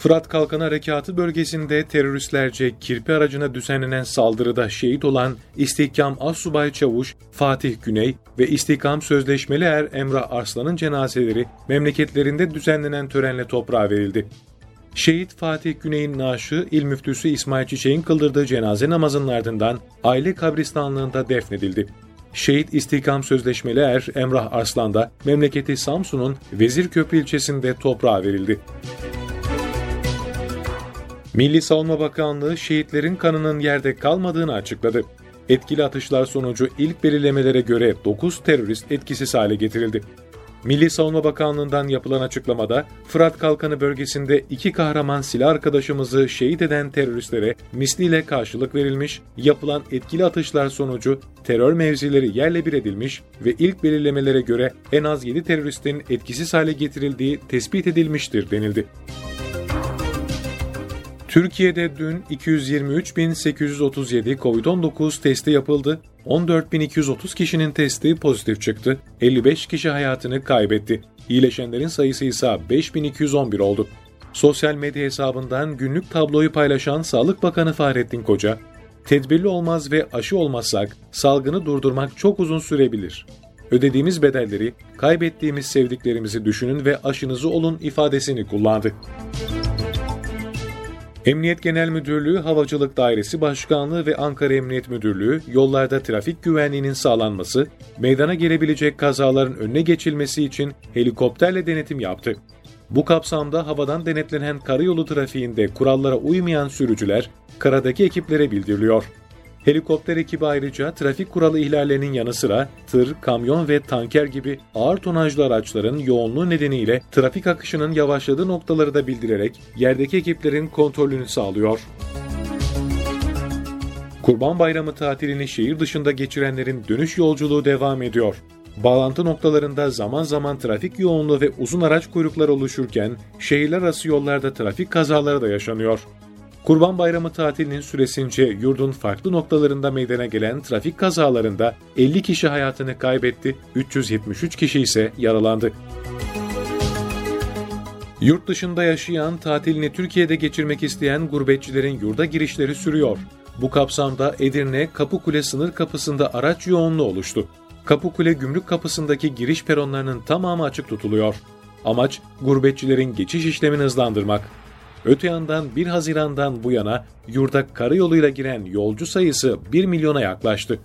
Fırat Kalkanı Harekatı bölgesinde teröristlerce kirpi aracına düzenlenen saldırıda şehit olan İstihkam Assubay Çavuş Fatih Güney ve İstihkam Sözleşmeli Er Emrah Arslan'ın cenazeleri memleketlerinde düzenlenen törenle toprağa verildi. Şehit Fatih Güney'in naaşı İl Müftüsü İsmail Çiçek'in kıldırdığı cenaze namazının ardından aile kabristanlığında defnedildi. Şehit İstihkam Sözleşmeli Er Emrah Arslan da memleketi Samsun'un Vezirköprü ilçesinde toprağa verildi. Milli Savunma Bakanlığı şehitlerin kanının yerde kalmadığını açıkladı. Etkili atışlar sonucu ilk belirlemelere göre 9 terörist etkisiz hale getirildi. Milli Savunma Bakanlığı'ndan yapılan açıklamada Fırat Kalkanı bölgesinde 2 kahraman silah arkadaşımızı şehit eden teröristlere misliyle karşılık verilmiş, yapılan etkili atışlar sonucu terör mevzileri yerle bir edilmiş ve ilk belirlemelere göre en az 7 teröristin etkisiz hale getirildiği tespit edilmiştir denildi. Türkiye'de dün 223.837 COVID-19 testi yapıldı. 14.230 kişinin testi pozitif çıktı. 55 kişi hayatını kaybetti. İyileşenlerin sayısı ise 5.211 oldu. Sosyal medya hesabından günlük tabloyu paylaşan Sağlık Bakanı Fahrettin Koca, "Tedbirli olmaz ve aşı olmazsak salgını durdurmak çok uzun sürebilir. Ödediğimiz bedelleri, kaybettiğimiz sevdiklerimizi düşünün ve aşınızı olun" ifadesini kullandı. Emniyet Genel Müdürlüğü, Havacılık Dairesi Başkanlığı ve Ankara Emniyet Müdürlüğü, yollarda trafik güvenliğinin sağlanması, meydana gelebilecek kazaların önüne geçilmesi için helikopterle denetim yaptı. Bu kapsamda havadan denetlenen karayolu trafiğinde kurallara uymayan sürücüler, karadaki ekiplere bildiriliyor. Helikopter ekibi ayrıca trafik kuralı ihlallerinin yanı sıra tır, kamyon ve tanker gibi ağır tonajlı araçların yoğunluğu nedeniyle trafik akışının yavaşladığı noktaları da bildirerek yerdeki ekiplerin kontrolünü sağlıyor. Kurban Bayramı tatilini şehir dışında geçirenlerin dönüş yolculuğu devam ediyor. Bağlantı noktalarında zaman zaman trafik yoğunluğu ve uzun araç kuyrukları oluşurken şehirler arası yollarda trafik kazaları da yaşanıyor. Kurban Bayramı tatilinin süresince yurdun farklı noktalarında meydana gelen trafik kazalarında 50 kişi hayatını kaybetti, 373 kişi ise yaralandı. Yurt dışında yaşayan, tatilini Türkiye'de geçirmek isteyen gurbetçilerin yurda girişleri sürüyor. Bu kapsamda Edirne Kapıkule sınır kapısında araç yoğunluğu oluştu. Kapıkule gümrük kapısındaki giriş peronlarının tamamı açık tutuluyor. Amaç gurbetçilerin geçiş işlemini hızlandırmak. Öte yandan 1 Haziran'dan bu yana yurda karayoluyla giren yolcu sayısı 1 milyona yaklaştı.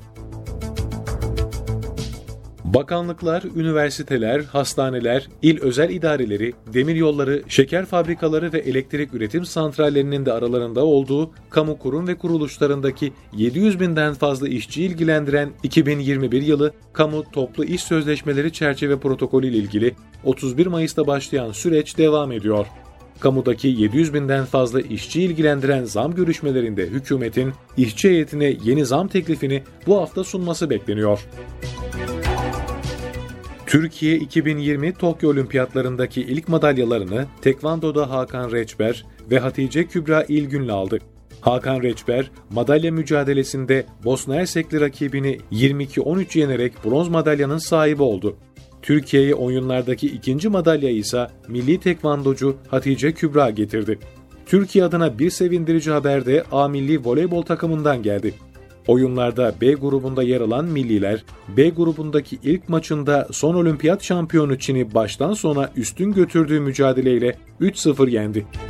Bakanlıklar, üniversiteler, hastaneler, il özel idareleri, demiryolları, şeker fabrikaları ve elektrik üretim santrallerinin de aralarında olduğu kamu kurum ve kuruluşlarındaki 700 binden fazla işçi ilgilendiren 2021 yılı Kamu Toplu İş Sözleşmeleri Çerçeve Protokolü ile ilgili 31 Mayıs'ta başlayan süreç devam ediyor. Kamudaki 700 binden fazla işçi ilgilendiren zam görüşmelerinde hükümetin işçi heyetine yeni zam teklifini bu hafta sunması bekleniyor. Türkiye 2020 Tokyo Olimpiyatlarındaki ilk madalyalarını Tekvando'da Hakan Reçber ve Hatice Kübra İlgün'le aldı. Hakan Reçber, madalya mücadelesinde Bosna Hersekli rakibini 22-13 yenerek bronz madalyanın sahibi oldu. Türkiye'ye oyunlardaki ikinci madalyayı ise milli tekvandocu Hatice Kübra getirdi. Türkiye adına bir sevindirici haber de A milli voleybol takımından geldi. Oyunlarda B grubunda yer alan milliler, B grubundaki ilk maçında son olimpiyat şampiyonu Çin'i baştan sona üstün götürdüğü mücadeleyle 3-0 yendi.